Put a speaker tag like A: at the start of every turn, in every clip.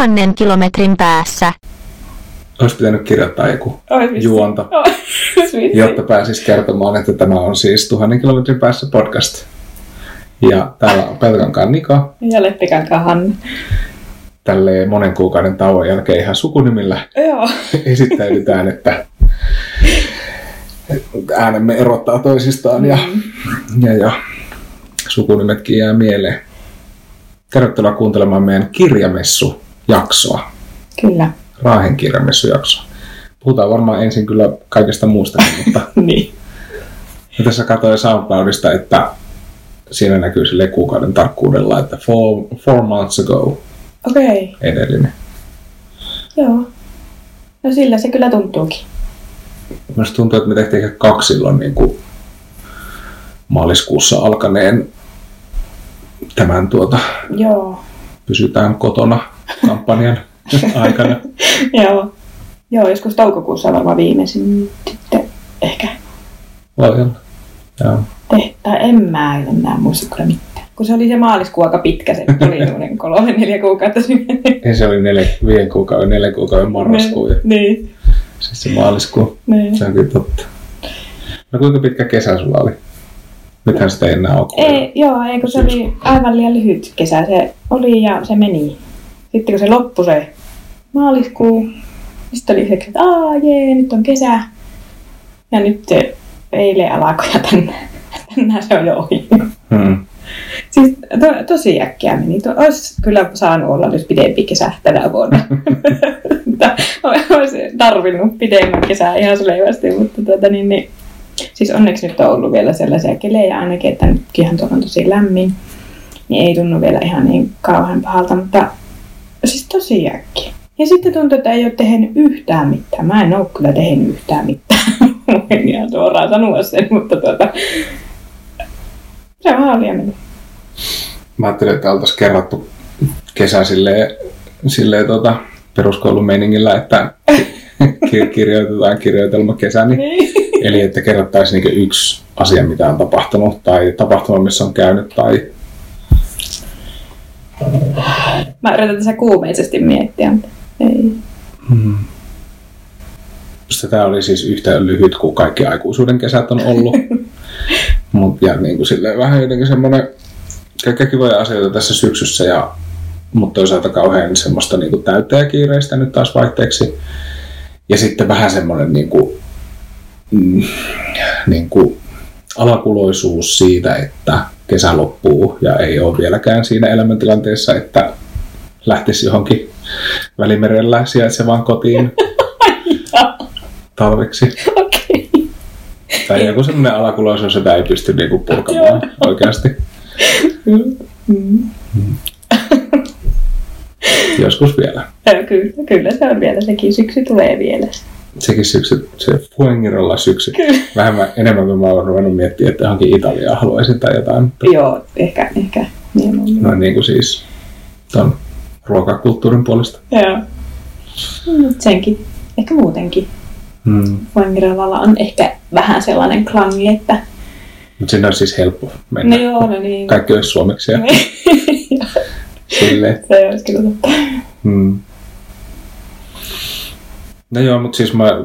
A: kilometrin päässä.
B: Olisi pitänyt kirjoittaa joku juonta, jotta pääsis kertomaan, että tämä on siis 1000 kilometrin päässä podcast. Ja täällä on Peltokankaan Niko.
C: Ja Leppikankaan Hanna.
B: Tälleen monen kuukauden tauon jälkeen ihan sukunimillä esittäydytään, että äänemme erottaa toisistaan ja sukunimetkin jää mieleen. Tervetuloa kuuntelemaan meidän kirjamessujaksoa.
C: Kyllä.
B: Raahen kirjamessujaksoa. Puhutaan varmaan ensin kyllä kaikesta muusta, mutta
C: niin.
B: Mä tässä katsoin SoundCloudista, että siinä näkyy silleen kuukauden tarkkuudella, että 4 months ago.
C: Okei.
B: Edellinen.
C: Joo. No sillä se kyllä tuntuukin.
B: Minusta tuntuu, että me tehtiin ehkä 2 silloin niin kuin maaliskuussa alkaneen tämän
C: Joo.
B: Pysytään kotona -kampanjan aikana.
C: Joo, joskus toukokuussa varmaan viimeisin sitten ehkä.
B: Voi olla. Joo.
C: Tai en mä enää muista kyllä mitään. Kun se oli se maaliskuu aika pitkä, se oli 3-4 kuukautta sinne.
B: Ei, se oli 4 kuukauden marraskuu.
C: Niin.
B: Siis se maaliskuu.
C: Niin.
B: Se on kyllä totta. No kuinka pitkä kesä sulla oli? Nythän sitä ei enää ole.
C: Kun se oli aivan liian lyhyt kesä. Se oli ja se meni. Sitten kun se loppui se maaliskuu, sitten oli se, että nyt on kesä. Ja nyt se eilen alkoi ja tänään se on jo ohi. Siis tosi äkkiä meni. Olisi kyllä saanut olla nyt pidempi kesä tänä vuonna. Olisi tarvinnut pidemmän kesää ihan selvästi, mutta siis onneksi nyt on ollut vielä sellaisia kelejä ainakin, että nytkin tuolla on tosi lämmin. Niin ei tunnu vielä ihan niin kauhean pahalta, mutta siis tosi äkkiä. Ja sitten tuntuu, että ei ole tehnyt yhtään mitään. Mä en ole kyllä tehnyt yhtään mitään. En ihan suoraan sanoa sen, mutta se on vaan liian mennyt.
B: Mä ajattelin, että oltaisiin kerrattu kesä silleen peruskoulun meiningillä, että kirjoitetaan kirjoitelma kesäni. Eli että kerrottaisiin niin yksi asia, mitä on tapahtunut, tai tapahtuma, missä on käynyt, tai...
C: Mä yritän tässä kuumeisesti miettiä, mutta ei.
B: Tämä oli siis yhtä lyhyt kuin kaikki aikuisuuden kesät on ollut. Ja niin kuin silleen vähän jotenkin semmoinen kaikkia kivoja asioita tässä syksyssä, mutta toisaalta kauhean semmoista niin kuin täyttäjäkiireistä nyt taas vaihteeksi. Ja sitten vähän semmoinen niin kuin alakuloisuus siitä, että kesä loppuu ja ei ole vieläkään siinä elämäntilanteessa, että lähtisi johonkin Välimerellä sijaitsevaan kotiin talveksi.
C: Okei.
B: Tai joku semmoinen alakuloisuus, jota ei pysty niinku purkamaan oikeasti. Joskus vielä.
C: Kyllä se on vielä. Sekin syksy tulee vielä.
B: Sekin syksy, se Fuengirolla syksy.
C: Kyllä.
B: Vähän enemmän kuin mä oon ruvennut miettimään, että johonkin Italiaan haluaisin tai jotain.
C: Joo, ehkä.
B: Noin niin kuin siis ton ruokakulttuurin puolesta.
C: Joo. Senkin. Ehkä muutenkin. Fuengirolla on ehkä vähän sellainen klangi, että...
B: Mutta sinne on siis helppo mennä.
C: No niin.
B: Kaikki olisi suomeksi ja silleen.
C: Se olisi kyllä totta.
B: No joo, mutta siis mä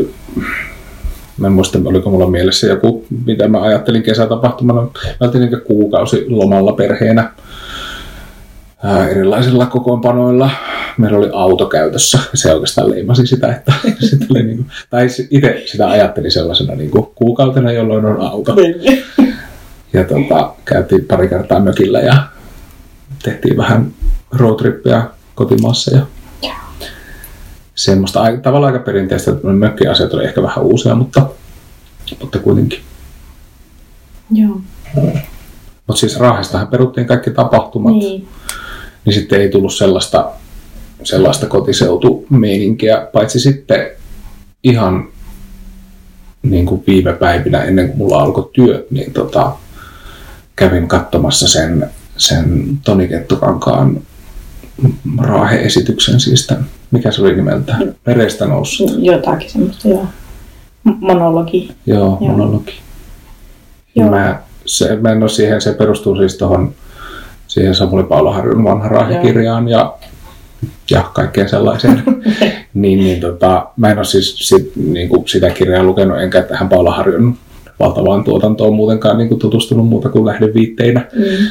B: en muista, oliko mulla mielessä joku, mitä mä ajattelin kesätapahtumana. Mä oltiin niin kuukausi lomalla perheenä erilaisilla kokoonpanoilla. Meillä oli auto käytössä ja se oikeastaan leimasi sitä, että sit oli niin kuin, tai itse sitä ajattelin sellaisena niin kuin kuukautena, jolloin on auto. Ja käytiin pari kertaa mökillä ja tehtiin vähän roadtrippia kotimaassa ja semmoista tavallaan aika perinteistä, että mökkiasiat oli ehkä vähän uusia, mutta kuitenkin.
C: Joo.
B: Mutta siis Raahestahan peruttiin kaikki tapahtumat, niin sitten ei tullut sellaista kotiseutumeininkiä, paitsi sitten ihan niin kuin viime päivinä ennen kuin mulla alkoi työ, niin kävin katsomassa sen Toni Kettukankaan Raahe-esityksen, siis tämän, mikä se oli nimeltään? Verestä noussut.
C: Jotakin semmoista, joo. Monologi.
B: Joo, monologi. Joo. Mä en ole siihen, se perustuu siis siihen Samuli Paulaharjun vanha Raahe-kirjaan ja ja kaikkeen sellaiseen. Mä en ole siis niinku sitä kirjaa lukenut, enkä tähän Paula Harjun valtavaan tuotantoon muutenkaan niinku tutustunut muuta kuin lähdeviitteinä.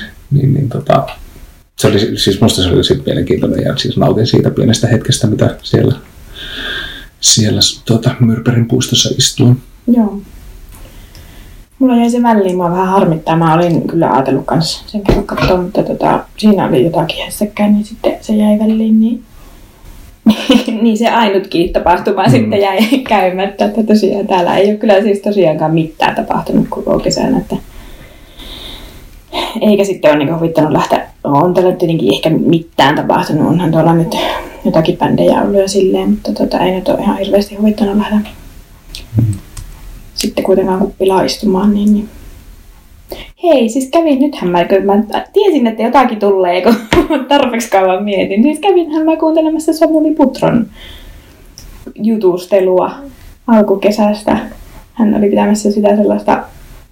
B: Se oli, siis musta se oli sitten mielenkiintoinen ja siis nautin siitä pienestä hetkestä, mitä siellä Myrperin puistossa istuin.
C: Joo. Mulla jäi se väliin, mua vähän harmittaa. Mä olin kyllä ajatellut kanssa sen kerran katsoa, mutta siinä oli jotakin hässäkkää, niin sitten se jäi väliin. Niin se ainutkin tapahtuma sitten jäi käymättä. Että tosiaan täällä ei ole kyllä siis tosiaankaan mitään tapahtunut koko kesänä. Että eikä sitten ole niin huvittanut lähteä. On tällä tietenkin ehkä mitään tapahtunut. Onhan tuolla nyt jotakin bändejä ollut jo silleen, mutta ei nyt ole ihan hirveästi huvittanut lähteä. Sitten kuitenkaan kuppilaa istumaan, niin. Hei, siis nythän mä tiesin, että jotakin tulee, kun tarpeeksi kauan mietin. Siis kävinhän mä kuuntelemassa Samuli Putron jutustelua alkukesästä. Hän oli pitämässä sitä sellaista,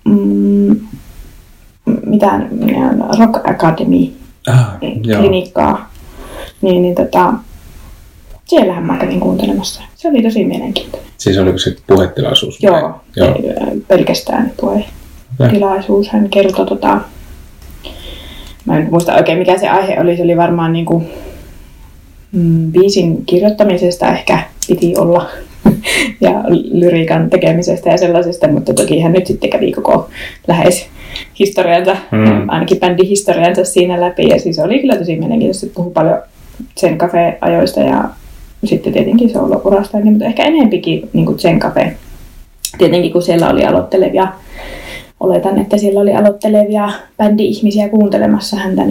C: Rock Academy klinikkaa. Siellähän mä kävin kuuntelemassa. Se oli tosi mielenkiintoinen.
B: Siis oliko se puhetilaisuus?
C: Joo. Pelkästään puhetilaisuus. Hän kertoi, mä en muista oikein mikä se aihe oli. Se oli varmaan niinku, biisin kirjoittamisesta ehkä piti olla ja lyriikan tekemisestä ja sellaisesta, mutta toki hän nyt sitten kävi koko lähes historiansa, ainakin bändin historiansa siinä läpi. Ja siis oli kyllä tosi mielenkiintoista, että puhui paljon Zen Cafe-ajoista ja sitten tietenkin solo-urastakin, mutta ehkä enempikin niin Zen Cafe. Tietenkin kun siellä oli aloittelevia, oletan, että siellä oli aloittelevia bändi-ihmisiä kuuntelemassa häntä,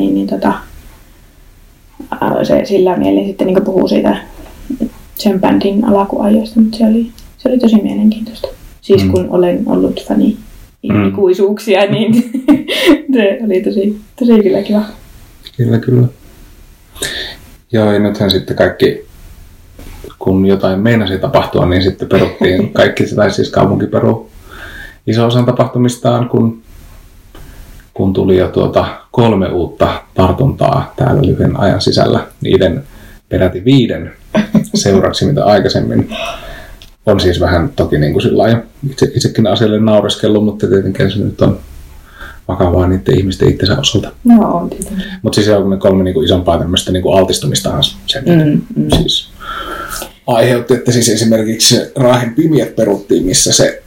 C: se sillä mielin sitten niin puhuu siitä sen bändin alkuajoista, mutta se oli tosi mielenkiintoista. Siis kun olen ollut fani ikuisuuksia, niin se oli tosi kyllä kiva.
B: Kyllä. Joo, ja nythän sitten kaikki, kun jotain meinasi tapahtua, niin sitten peruttiin kaikki, tai siis kaupunki peruu iso osan tapahtumistaan, kun tuli jo 3 uutta tartuntaa täällä lyhyen ajan sisällä, niiden peräti 5 seuraksi, mitä aikaisemmin. On siis vähän toki niin kuin sillä itsekin asialle naureskellut, mutta tietenkin se nyt on vakavaa niiden ihmisten itsensä osalta.
C: No on tietenkin.
B: Mutta siis on ne 3 niin kuin isompaa tämmöistä niin kuin altistumistahan sen siis aiheutti, että siis esimerkiksi se Raahen Pimiät peruttiin, missä se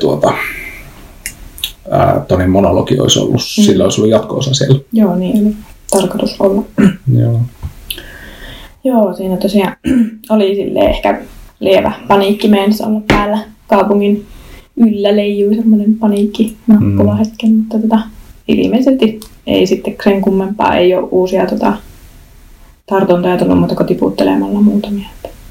B: Tonin monologi olisi ollut, sillä olisi ollut jatko-osa siellä.
C: Joo, niin oli tarkoitus olla. Joo, siinä tosiaan oli silleen ehkä lievä paniikki meinasi olla päällä kaupungin yllä leijui semmoinen paniikkinappula hetken, mutta ilmeisesti ei sitten sen kummempaa, ei ole uusia tartuntoja tullut muuta kuin tiputtelemalla muutamia.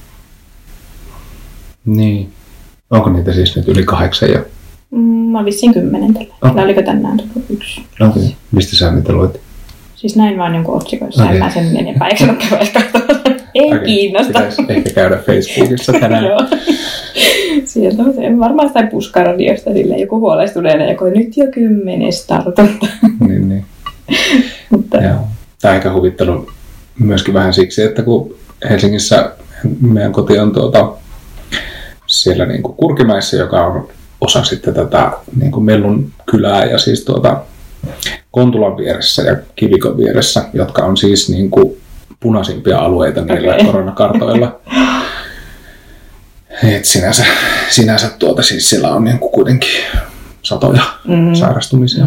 B: Niin. Onko niitä siis nyt yli 8 jo?
C: Mä vissiin 10 tällä. Okay. Oliko tänään tullut 1?
B: Okei. Okay. Mistä sä niitä luit?
C: Siis näin vaan jonkun otsikoissa. Okay. En mä sen enempää, eikö sanokkaan ei okay. Kiinnosta.
B: Pitäisi ehkä käydä Facebookissa tänään.
C: Joo. Sieltä on se varmaan sitä Puskaradiosta silleen joku huolestuneena, joku nyt jo 10 tartunta.
B: Niin. Mutta tämä on aika huvittanut myöskin vähän siksi, että kun Helsingissä meidän koti on siellä niin kuin Kurkimäessä, joka on osa sitten tätä niin kuin Mellun kylää ja siis Kontulan vieressä ja Kivikon vieressä, jotka on siis niin kuin punaisimpia alueita niillä koronakartoilla. Et sinänsä siis siellä on niin kuin kuitenkin satoja sairastumisia.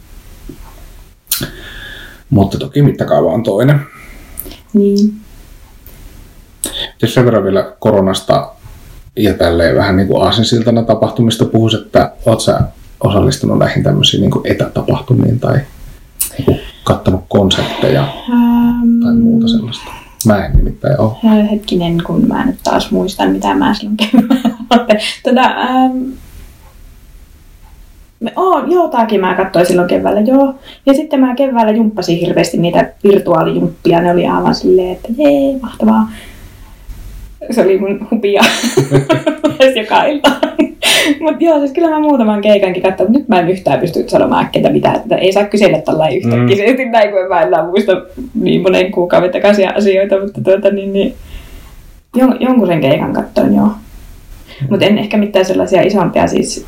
B: Mutta toki mittakaava on toinen.
C: Niin.
B: Jos sen verran vielä koronasta ja tälleen vähän niin kuin aasinsiltana tapahtumista puhuisi, että oletko sä osallistunut näihin tämmöisiin niin kuin etätapahtumiin tai kattanut konsertteja tai muuta sellaista? Mä en nimittäin ole.
C: Hetkinen, kun mä nyt taas muistan, mitä mä silloin jotakin mä katsoin silloin keväällä, joo. Ja sitten mä keväällä jumppasin hirveästi niitä virtuaalijumppia. Ne oli aivan silleen, että jee, mahtavaa. Se oli mun hupia joka ilta. Mutta joo, siis kyllä mä muutaman keikankin katsoin, mutta nyt mä en yhtään pysty sanomaan äkkiä mitään. Että ei saa kysellä tällainen yhtäkkiä. Näin kuin mä enää muista niin monen kuukauden takaisin asioita, mutta jonkun sen keikan katsoin, joo. Mutta en ehkä mitään sellaisia isompia siis.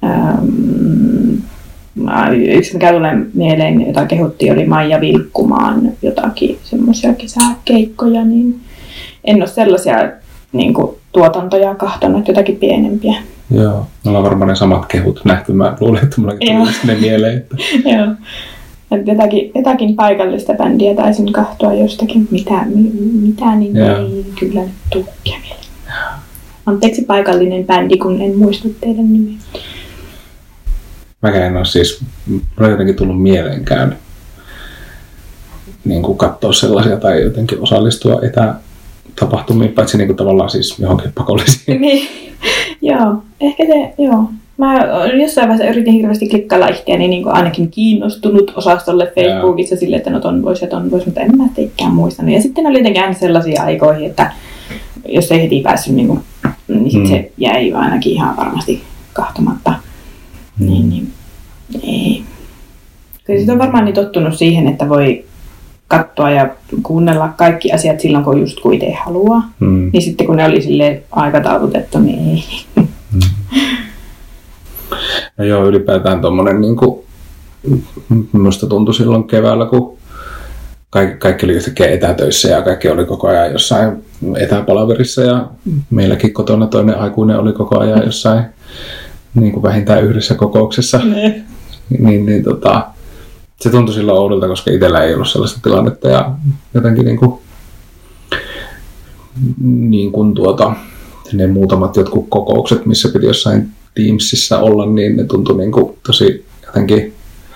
C: Yksi mikä tulee mieleen, jota kehuttiin, oli Maija Vilkkumaan jotakin semmoisia kesäkeikkoja, niin en ole sellaisia niin kuin, tuotantoja katsonut, jotakin pienempiä.
B: Joo, me ollaan varmaan ne samat kehut nähty. Mä luulen, että mullakin tuli ne mieleen. Että...
C: Joo. Jotakin paikallista bändiä taisin katsoa jostakin, mitä niin ei kyllä nyt tukkia mieleen. Anteeksi paikallinen bändi, kun en muista teidän nimeä.
B: Mäkään en ole siis, mulla on jotenkin tullut mieleenkään niin kuin katsoa sellaisia tai jotenkin osallistua etätapahtumiin, paitsi niin kuin tavallaan siis johonkin pakollisiin. Niin,
C: joo, ehkä se, joo. Mä jossain vaiheessa yritin hirveästi klikkailla itseäni niin kuin ainakin kiinnostunut osastolle Facebookissa silleen, että no ton vois, mutta en mä teikään muistanut. Ja sitten oli jotenkin aina sellaisia aikoihin, että jos ei heti päässyt, niin sitten se jäi ainakin ihan varmasti kahtomatta. Niin, ei. Kyllä sit on varmaan niin tottunut siihen, että voi katsoa ja kuunnella kaikki asiat silloin, kun just kun itse haluaa. Niin sitten kun ne oli silleen aikataulutettu, niin ei.
B: No joo, ylipäätään tommonen niinku, minusta tuntui silloin keväällä, kun kaikki oli yhtäkkiä etätöissä ja kaikki oli koko ajan jossain etäpalaverissa ja meilläkin kotona toinen aikuinen oli koko ajan jossain niin kuin vähintään yhdessä kokouksessa. Niin, se tuntui silloin oudolta, koska itsellä ei ollut sellaista tilannetta ja jotenkin niin kuin ne muutamat jotkut kokoukset, missä piti jossain Teamsissa olla, niin ne tuntui niin kuin tosi jotenkin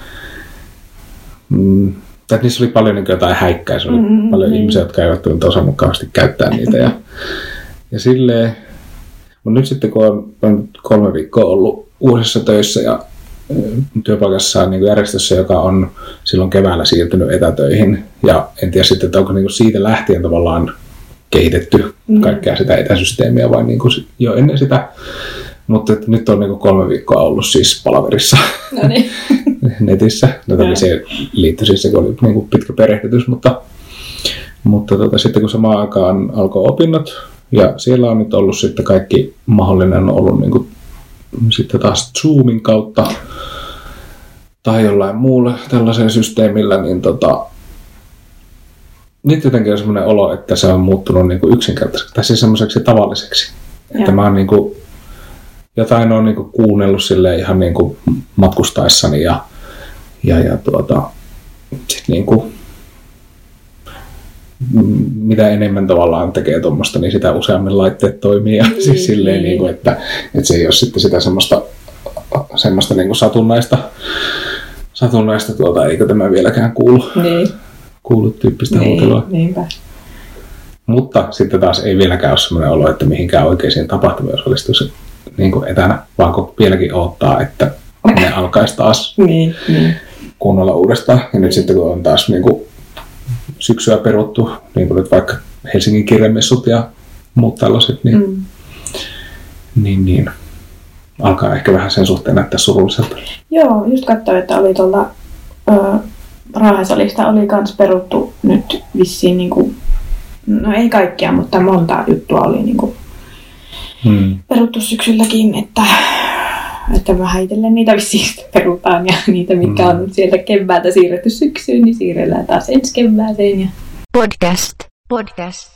B: että niissä oli paljon niin jotain häikkää, se oli paljon ihmisiä, jotka eivät osannut kauheasti käyttää niitä ja silleen. Mutta nyt sitten kun on 3 viikkoa ollut uusissa töissä ja työpaikassa niin järjestössä, joka on silloin keväällä siirtynyt etätöihin ja en tiedä sitten, että onko niin siitä lähtien tavallaan kehitetty kaikkea sitä etäsysteemiä vai niin jo ennen sitä. Mutta nyt on niin 3 viikkoa ollut siis palaverissa netissä. Se liittyi siis, se oli niin pitkä perehdytys, mutta sitten kun samaan aikaan alkoi opinnot ja siellä on nyt ollut sitten kaikki mahdollinen ollut niin kuin, sitten taas Zoomin kautta tai jollain muulla tällaisella systeemillä, niin nyt jotenkin on semmoinen olo, että se on muuttunut niin kuin yksinkertaiseksi tai siis semmoiseksi tavalliseksi. Että mä oon niin kuin, jotain on niin kuin kuunnellut silleen ihan niin kuin matkustaessani ja sit niin kuin mitä enemmän tavallaan tekee tuommoista, niin sitä useammin laitteet toimii ja siis silleen niin kuin, että se ei ole sitten sitä semmoista niin kuin satunnaista eikö tämä vieläkään kuulu tyyppistä huutelua.
C: Niinpä.
B: Mutta sitten taas ei vieläkään ole semmoinen olo, että mihinkään oikeisiin tapahtumiin osallistuisi niin kuin etänä, vaan kun vieläkin odottaa, että ne alkaisi taas kunnolla uudestaan. Ja nyt sitten kun on taas niin kuin syksyä peruttu, niin kuin nyt vaikka Helsingin kirjamessut ja muut tällaiset, niin alkaa ehkä vähän sen suhteen näyttää surulliselta.
C: Joo, just katsoin, että oli tuolla Raahesalista oli kans peruttu nyt vissiin, niin kuin, no ei kaikkia, mutta monta juttua oli niin kuin peruttu syksylläkin, että vähän itselleen niitä vissiin perutaan ja niitä, mitkä on sieltä keväältä siirretty syksyyn, niin siirrellään taas ensi kevääseen. Ja...
A: Podcast.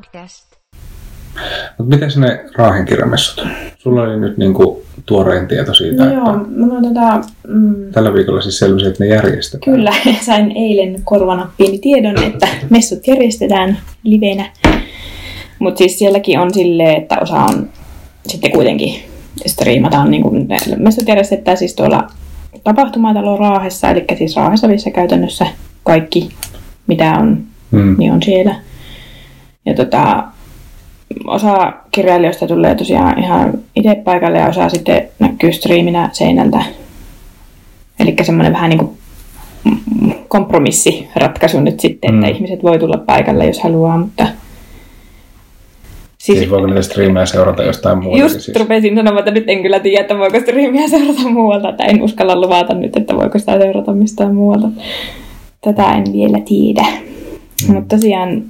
B: Mutta miten ne Raahen kirjamessut? Sulla oli nyt niinku tuorein tieto siitä,
C: no joo,
B: tällä viikolla siis selvisi, että ne järjestetään.
C: Kyllä, sain eilen korvanappiini tiedon, että messut järjestetään livenä. Mutta siis sielläkin on silleen, että osa on sitten kuitenkin striimataan, niin kuin messut järjestetään siis tuolla tapahtumatalo Raahessa, eli siis Raahesalissa käytännössä kaikki, mitä on, niin on siellä. Ja osa kirjailijoista tulee tosiaan ihan itse paikalle ja osa sitten näkyy striiminä seinältä. Eli semmoinen vähän niin kuin kompromissiratkaisu nyt sitten, että ihmiset voi tulla paikalle, jos haluaa, mutta
B: Siis voiko niitä striimejä seurata jostain muualta?
C: Just siis rupesin sanomaan, että nyt en kyllä tiedä, että voiko striimiä seurata muualta. Että en uskalla luvata nyt, että voiko sitä seurata mistään muualta. Tätä en vielä tiedä. Mutta tosiaan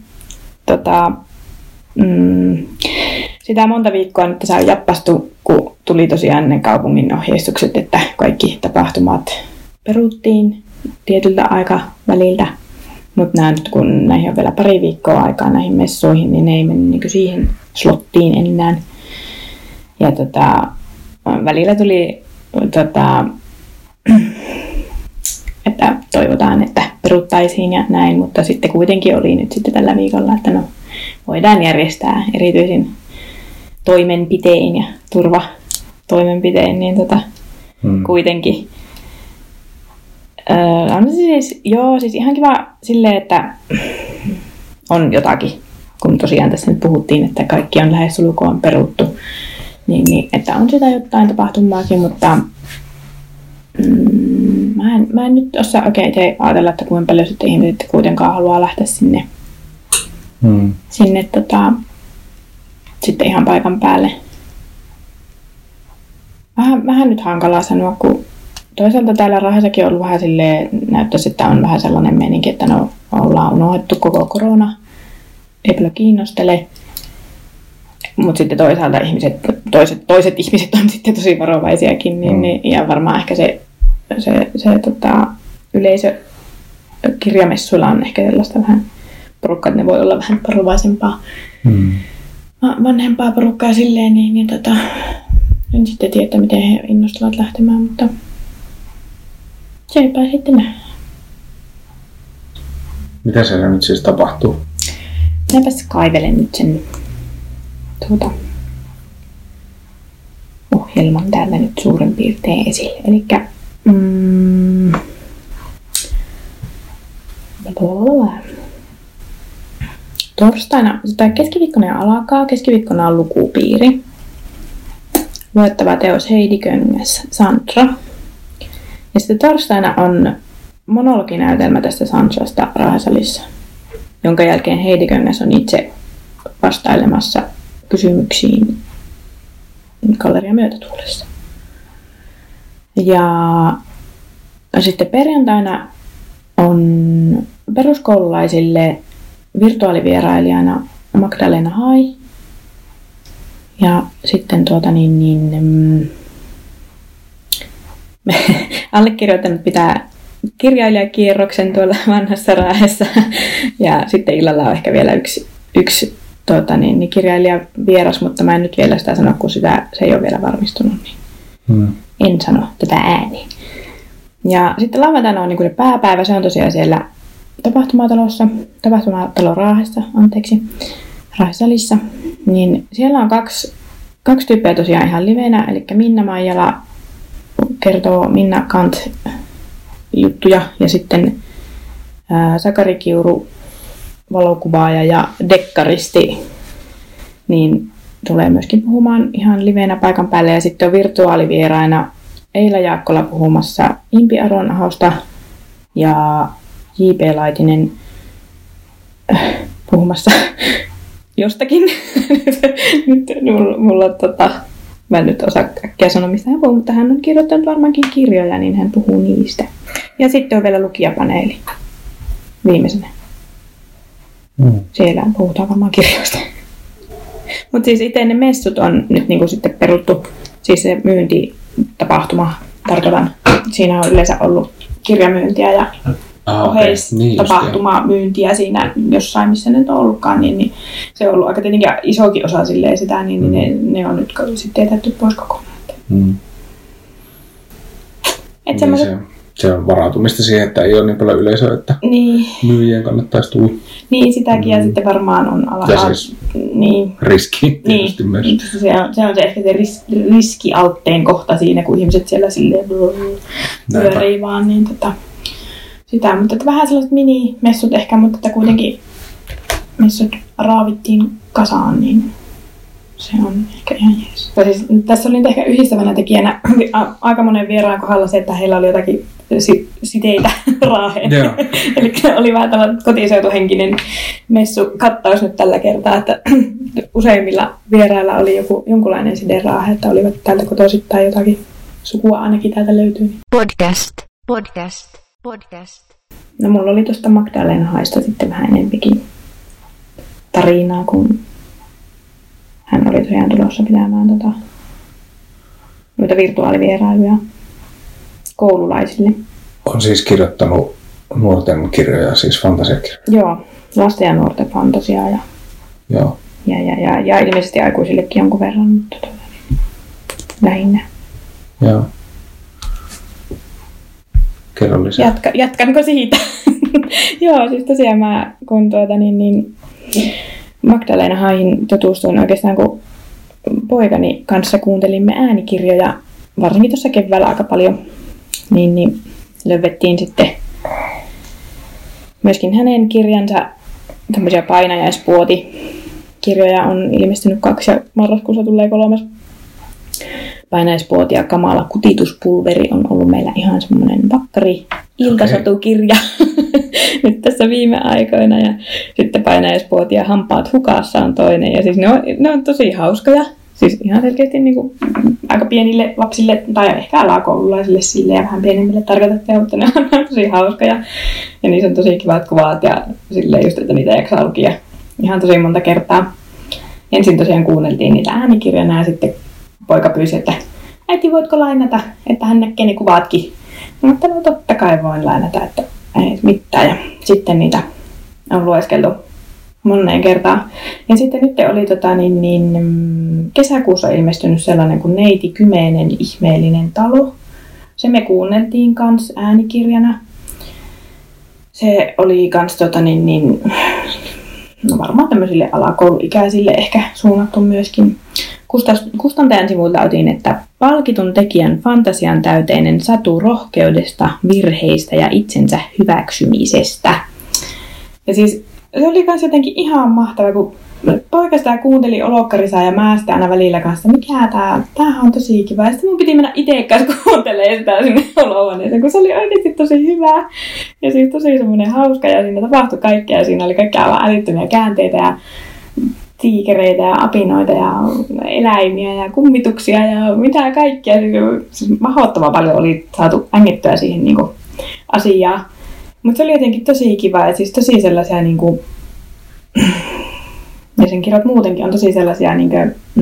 C: sitä monta viikkoa nyt saa jappastu, kun tuli tosiaan ne kaupungin ohjeistukset, että kaikki tapahtumat peruttiin tietyltä aikaväliltä. Mutta nyt kun näihin on vielä pari viikkoa aikaa näihin messuihin, niin ne ei mennyt niin siihen slottiin enää. Ja välillä tuli, että toivotaan, että peruttaisiin ja näin, mutta sitten kuitenkin oli nyt sitten tällä viikolla, että no voidaan järjestää erityisin toimenpitein ja turvatoimenpitein, niin kuitenkin. On se siis ihan kiva silleen, että on jotakin, kun tosiaan tässä nyt puhuttiin, että kaikki on lähes sulkoon peruttu, niin että on sitä jotain tapahtumaakin, mutta mä en nyt osaa oikein ajatella, että kuinka paljon sitten ihmiset kuitenkaan haluaa lähteä sinne sitten ihan paikan päälle. Vähän nyt hankalaa sanoa, kun toisaalta täällä Raahessakin on ollut vähän silleen, näyttäisi, että on vähän sellainen meininki, että no ollaan unohdettu koko korona, ei paljon kiinnostele. Mutta sitten toisaalta toiset ihmiset on sitten tosi varovaisiakin, ja varmaan ehkä se yleisö kirjamessuilla on ehkä sellaista vähän porukkaa, että ne voi olla vähän varovaisempaa, vanhempaa porukkaa silleen, niin en sitten tiedä, miten he innostuvat lähtemään, mutta sepä sitten nähdään.
B: Mitä siellä nyt siis tapahtuu?
C: Minäpäs kaivelen nyt sen ohjelman täällä nyt suurin piirtein esille. Elikkä torstaina, tai keskiviikkona alkaa, keskiviikkona on lukupiiri. Luettava teos Heidi Köngäs, Sandra. Ja sitten torstaina on monologinäytelmä tästä Sandrasta Raahesalissa, jonka jälkeen Heidi Köngäs on itse vastailemassa kysymyksiin Galleria Myötätuulessa. Ja sitten perjantaina on peruskoululaisille virtuaalivierailijana Magdalena Hai. Ja sitten allekirjoittanut pitää kirjailijakierroksen tuolla vanhassa Raahessa. Ja sitten illalla on ehkä vielä yksi kirjailijavieras, mutta mä en nyt vielä sitä sano, kun se ei ole vielä varmistunut. Niin en sano tätä ääneen. Ja sitten lauantaina on niin kuin se pääpäivä, se on tosiaan siellä tapahtumatalo Raahessa, Raahesalissa. Niin siellä on kaksi tyyppiä tosiaan ihan livenä, eli Minna Maijala kertoo Minna Kant juttuja ja sitten Sakari Kiuru, valokuvaaja ja dekkaristi, niin tulee myöskin puhumaan ihan livenä paikan päälle. Ja sitten on virtuaalivieraina Eila Jaakkola puhumassa Impi Aronahosta ja J.P. Laitinen puhumassa jostakin. Nyt mulla mä en nyt osaa äkkiä sanoa, mistä hän puhuu, mutta hän on kirjoittanut varmaankin kirjoja, niin hän puhuu niistä. Ja sitten on vielä lukijapaneeli viimeisenä. Siellä puhutaan varmaan kirjoista. Mutta siis itse ne messut on nyt niinku sitten peruttu. Siis se myyntitapahtuma tarkoitan. Siinä on yleensä ollut kirjamyyntiä ja oheistapahtumamyyntiä siinä jossain, missä ne on ollutkaan. Niin se on ollut aika tietenkin isokin osa silleen sitä, niin ne on nyt sitten jätetty pois kokonaan.
B: Se on varautumista siihen, että ei ole niin paljon yleisöä, että myyjien kannattaisi tulla.
C: Niin, sitäkin ja sitten varmaan on
B: riski tietysti myös.
C: Se on se ehkä se riskialtteen kohta siinä, kun ihmiset siellä silleen pyörii vaan. Niin sitä, mutta vähän sellaiset minimessut ehkä, mutta että kuitenkin messut raavittiin kasaan, niin se on ehkä ihan jees. Siis, tässä oli nyt ehkä yhdistävänä tekijänä aika monen vieraan kohdalla se, että heillä oli jotakin siteitä Raaheen. Eli oli vähän tällainen kotiseutuhenkinen messukattaus nyt tällä kertaa, että useimmilla vierailla oli jonkunlainen sideraahe, että olivat täältä kotoisin tai jotakin sukua ainakin täältä löytyy.
A: Podcast.
C: No mulla oli tuosta Magdalena Haista sitten vähän enempikin tarinaa, kun hän oli tosiaan tulossa pitämään noita virtuaalivierailuja koululaisille.
B: On siis kirjoittanut nuorten kirjoja, siis fantasiakirjoja.
C: Joo, lasten ja nuorten fantasiaa
B: Joo.
C: Ja ilmeisesti aikuisillekin jonkun verran, mutta lähinnä.
B: Joo. Kerro lisää.
C: Jatkanko siitä? Joo, siis tosiaan mä kun Magdalena Haihin tutustuin oikeastaan, kun poikani kanssa kuuntelimme äänikirjoja, varsinkin tuossa keväällä aika paljon, niin löydettiin sitten myöskin hänen kirjansa, tämmöisiä painajaispuotikirjoja on ilmestynyt 2 ja marraskuussa tulee 3. Painajaispuoti ja Kamala kutituspulveri on ollut meillä ihan semmoinen vakkari iltasatukirja nyt tässä viime aikoina. Ja sitten Painajaispuoti ja Hampaat hukassa on toinen. Ja siis ne on tosi hauskoja. Siis ihan selkeästi niin kuin aika pienille lapsille tai ehkä alakoululaisille sille ja vähän pienemmille tarkoitettuja, mutta ne on tosi hauskoja. Ja niissä on tosi kivat kuvat ja silleen just, että niitä jaksaa lukia ihan tosi monta kertaa. Ensin tosiaan kuunneltiin niitä äänikirjana ja sitten poika pyysi, että äiti voitko lainata, että hän näkee ne kuvatkin. Mutta no totta kai voin lainata, että ei mitään. Ja sitten niitä on lueskeltu moneen kertaan. Ja sitten nyt oli kesäkuussa ilmestynyt sellainen kuin Neiti Kymeenen ihmeellinen talo. Se me kuunneltiin kans äänikirjana. Se oli kans no varmaan tämmöisille alakouluikäisille ehkä suunnattu myöskin. Kustantajan sivuilta otin, että palkitun tekijän fantasian täyteinen satu rohkeudesta, virheistä ja itsensä hyväksymisestä. Ja siis se oli kans jotenkin ihan mahtava, kun poika sitä kuunteli olokkarisaa ja mä sitä aina välillä kanssa, mikä tämähän on tosi kiva. Ja sitten mun piti mennä itse kanssa kuuntelemaan sitä sinne olohuoneeseen, kun se oli oikeasti tosi hyvä. Ja siis tosi semmoinen hauska ja siinä tapahtui kaikkea ja siinä oli kaikkea aivan älyttömiä käänteitä ja tiikereitä ja apinoita ja eläimiä ja kummituksia ja mitä kaikkea. Siis mahdottoman paljon oli saatu ängettyä siihen niin kuin asiaan. Mutta se oli jotenkin tosi kiva ja siis tosi sellaisia niinku, ja sen kirjat muutenkin on tosi sellaisia niinku,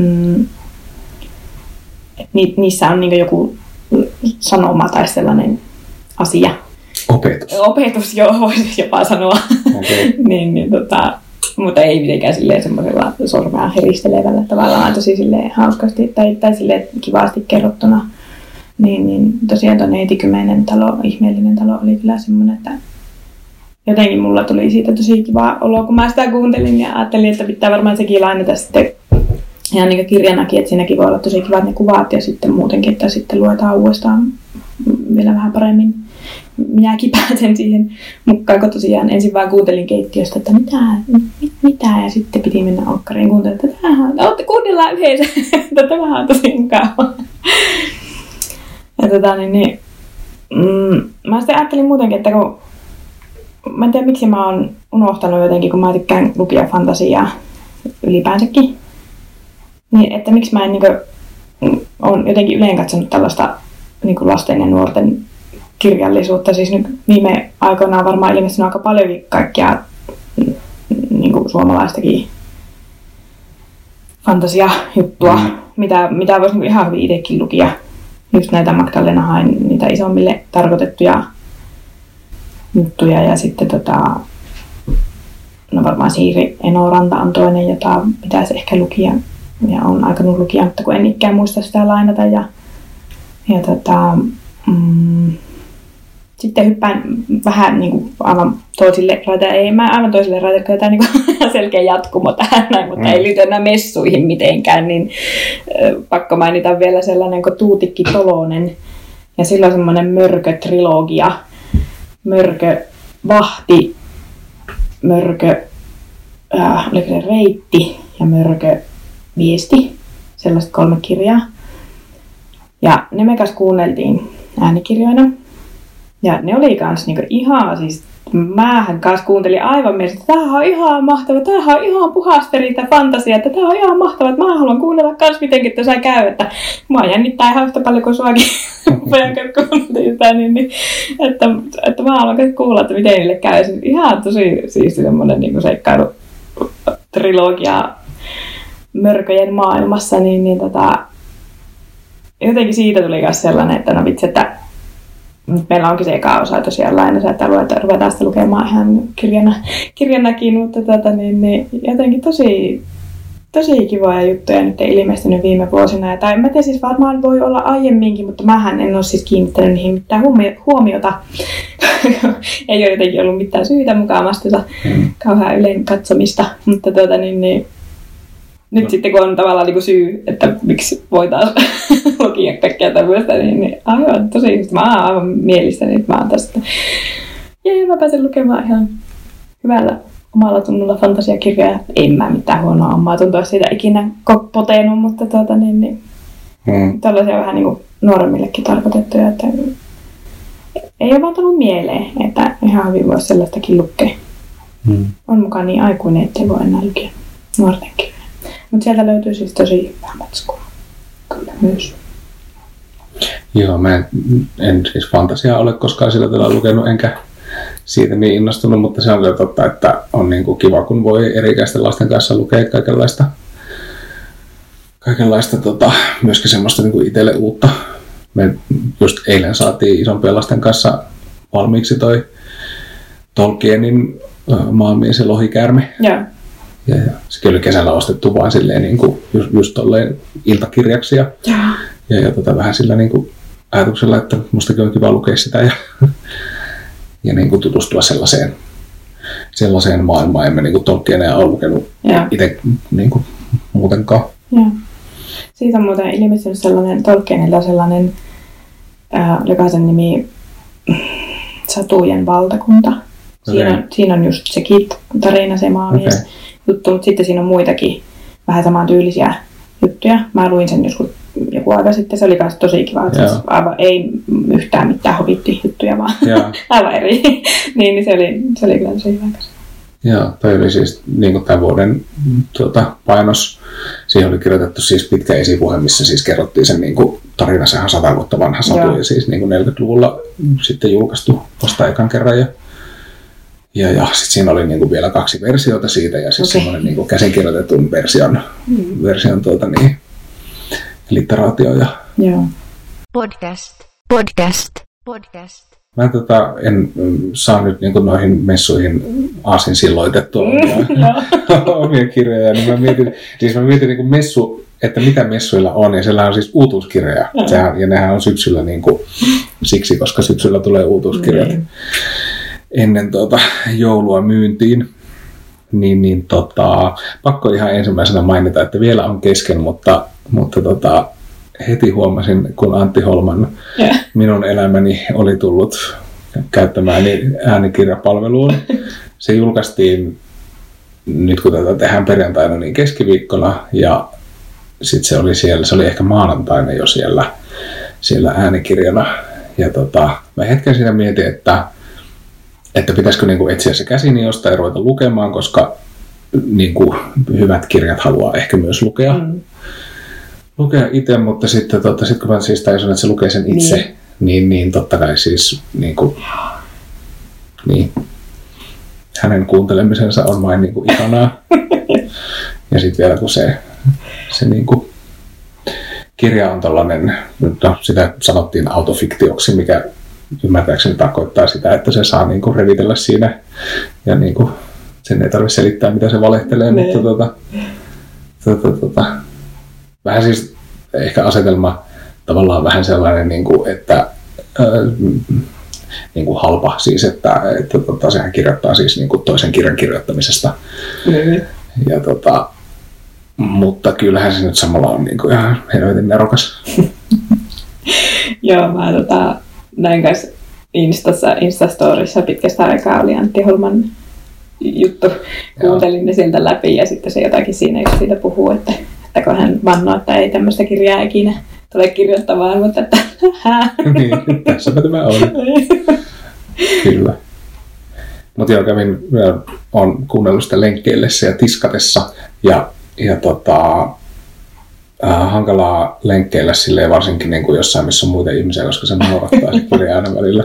C: niissä on niinku joku sanoma tai sellainen asia. Opetus, joo, voisi jopa sanoa. Okay. Mutta ei mitenkään silleen semmoisella sormea heristelevällä tavallaan, tosi silleen hauskasti tai silleen kivasti kerrottuna. Niin tosiaan tuo Neiti Kymeenen talo, ihmeellinen talo oli kyllä semmoinen, että jotenkin mulla tuli siitä tosi kiva olo, kun mä sitä kuuntelin ja ajattelin, että pitää varmaan sekin lainata sitten ihan niin kuin kirjanakin, että siinäkin voi olla tosi kivat ne kuvat ja sitten muutenkin, että sitten luetaan uudestaan vielä vähän paremmin. Minäkin pääsen siihen mukaan, kun tosiaan ensin vaan kuuntelin keittiöstä, että mitä ja sitten piti mennä olkkariin kuuntelemaan, että kuunnellaan yhdessä, että tämähän on tosi mukavaa. Ja mä sitten ajattelin muutenkin, että kun mä en tiedä miksi mä oon unohtanut jotenkin, kun mä tykkään lukea fantasiaa ylipäänsäkin, niin että miksi mä en oon jotenkin yleen katsonut tällaista lasten ja nuorten kirjallisuutta. Siis nyt viime aikoina on varmaan ilmestynyt aika paljonkin kaikkia suomalaistakin fantasiajuttua, mitä voisi ihan hyvin itsekin lukia. Just näitä Magdalena Hain, niitä isommille tarkoitettuja juttuja ja sitten no varmaan Siiri Enoranta on toinen, jota pitäisi ehkä lukia ja on aikanut lukia, mutta kun en ikään muista sitä lainata sitten hyppään vähän aivan toisille raiteille, ei mä aivan toisille raiteille, kun tämä selkeä jatkumo tähän näin, mutta ei liity enää messuihin mitenkään, niin pakko mainita vielä sellainen kuin Tuutikki Tolonen ja silloin semmoinen Mörkö-trilogia, Mörkö Vahti, Mörkö oliko se Reitti ja Mörkö Viesti, sellaiset 3 kirjaa. Ja ne me kanssa kuunneltiin äänikirjoina. Ja ne oli kans ihan siis Mähän kanssa kuuntelin aivan mielestä, että tämähän on ihan mahtava, tämähän on ihan puhasteriita fantasiaa, että tämä on ihan mahtava, että mä haluan kuunnella kans mitenkin tuossa käy, että mua jännittää ihan yhtä paljon kuin suakin pojan kanssa kuuntelin sitä, että mä haluan kuulla, että miten niille käy. Siis ihan tosi siisti semmoinen niin seikkailutrilogia mörköjen maailmassa, jotenkin siitä tuli myös sellainen, että no vitsi, että meillä onkin se eka osa tosiaan lainassa, että ruvetaan sitä lukemaan ihan kirjanakin, mutta jotenkin tosi kivoja juttuja nyt ilmestynyt viime vuosina. Tai en mä tiedä, siis varmaan voi olla aiemminkin, mutta mähän en ole siis kiinnittänyt niihin mitään huomiota. Ei ole jotenkin ollut mitään syytä mukaamasta kauhean yleinen katsomista, mutta nyt sitten kun on tavallaan niin kuin syy, että miksi voi taas lukia kaikkea tämmöistä, niin aivan tosi, mä oon aivan mielissäni, että mä oon tästä. Mä pääsen lukemaan ihan hyvällä omalla tunnolla fantasiakirjaa. En mä mitään huonoa omaa tuntua siitä ikinä potenut, mutta tällaisia vähän niin kuin nuoremmillekin tarkoitettuja, että ei ole vaan tullut mieleen, että ihan hyvin voisi sellaistakin lukea. On mukaan niin aikuinen, ettei voi enää lukea nuorten kirjoja. Mutta sieltä löytyy siis tosi hyvää matskua. Kyllä myös.
B: Joo, mä en siis fantasiaa ole koskaan sillä tavalla lukenut, enkä siitä niin innostunut, mutta se on kyllä totta, että on niin kuin kiva, kun voi eri-ikäisten lasten kanssa lukea kaikenlaista myöskin semmoista niin kuin itselle uutta. Me just eilen saatiin isompien lasten kanssa valmiiksi toi Tolkienin Maanmies ja lohikäärme.
C: Yeah.
B: Ja sekin oli kesällä ostettu vaan silleen niin kuin just tolleen iltakirjaksi ja vähän sillä niin kuin ajatuksella, että mustakin on kiva lukea sitä ja niin kuin tutustua sellaiseen maailmaan. En mä niin kuin Tolkienia ole lukenut itse niin kuin muutenkaan.
C: Yeah. Siitä on muuten ilmestynyt sellainen Tolkienilta sellainen, joka sen nimi Satujen valtakunta. Siinä on just sekin tarina, se maamies juttu, mutta sitten siinä on muitakin vähän samantyylisiä juttuja. Mä luin sen joskus joku aika sitten, se oli myös tosi kiva. Siis ei yhtään mitään Hobbit-juttuja, vaan aivan eri. niin se oli kyllä tosi hyvä.
B: Joo, toi oli siis niin tämän vuoden painos. Siihen oli kirjoitettu siis pitkä esipuhe, missä siis kerrottiin sen niin kuin tarina, sehän 100 vuotta vanha satu ja siis niin kuin 40-luvulla sitten julkaistu vasta ekan kerran. Ja sitten siinä oli niin kuin vielä 2 versiota siitä ja siis semmoinen niin kuin käsikirjoitetun version literaatio.
C: Joo.
A: Podcast.
B: Mä en saa nyt niin kuin noihin messuihin aasinsilloitettua omia kirjoja, niin mä mietin niin kuin että mitä messuilla on, ja siellä on siis uutuuskirjoja, ja nehän on syksyllä niin kuin, siksi, koska syksyllä tulee uutuuskirjat ennen joulua myyntiin, niin pakko ihan ensimmäisenä mainita, että vielä on kesken, mutta heti huomasin, kun Antti Holman minun elämäni oli tullut käyttämääni äänikirjapalveluun. Se julkaistiin nyt kun tätä tehdään perjantaina niin keskiviikkona ja sitten se oli ehkä maanantaina jo siellä äänikirjana. Ja mä hetken siinä mietin, että pitäisikö niinku etsiä se käsini jostain ja ruveta lukemaan, koska niinku hyvät kirjat haluaa ehkä myös lukea itse, mutta sitten kun mä siis tajusin, että se lukee sen itse, niin totta kai siis niin, hänen kuuntelemisensa on vain niinku ihanaa. Ja sitten vielä kun se niinku kirja on tällainen, sitä sanottiin autofiktioksi, mikä ymmärtääkseni tarkoittaa sitä, että se saa niinku revitellä siinä ja niinku sen ei tarvitse selittää, mitä se valehtelee, mutta vähän siis ehkä asetelma tavallaan vähän sellainen, että halpa siis, että sehän kirjoittaa siis toisen kirjan kirjoittamisesta. Ja mutta kyllähän se nyt samalla on ihan helvetin nerokas.
C: Joo, mä näin kanssa Instastorissa pitkästä aikaa oli Antti Holman juttu. Kuuntelin ne sieltä läpi ja sitten se jotakin siinä siitä puhuu, että kun hän vannoo, että ei tämmöistä kirjaa ikinä tule kirjoittamaan, mutta että
B: niin, tässäpä tämä on. Kyllä. Mutta joo, on kuunnellut sitä lenkkeillessä ja tiskatessa ja hankalaa lenkkeillä silleen varsinkin niin kuin jossain, missä on muita ihmisiä, koska se naurattaa se kirja aina välillä.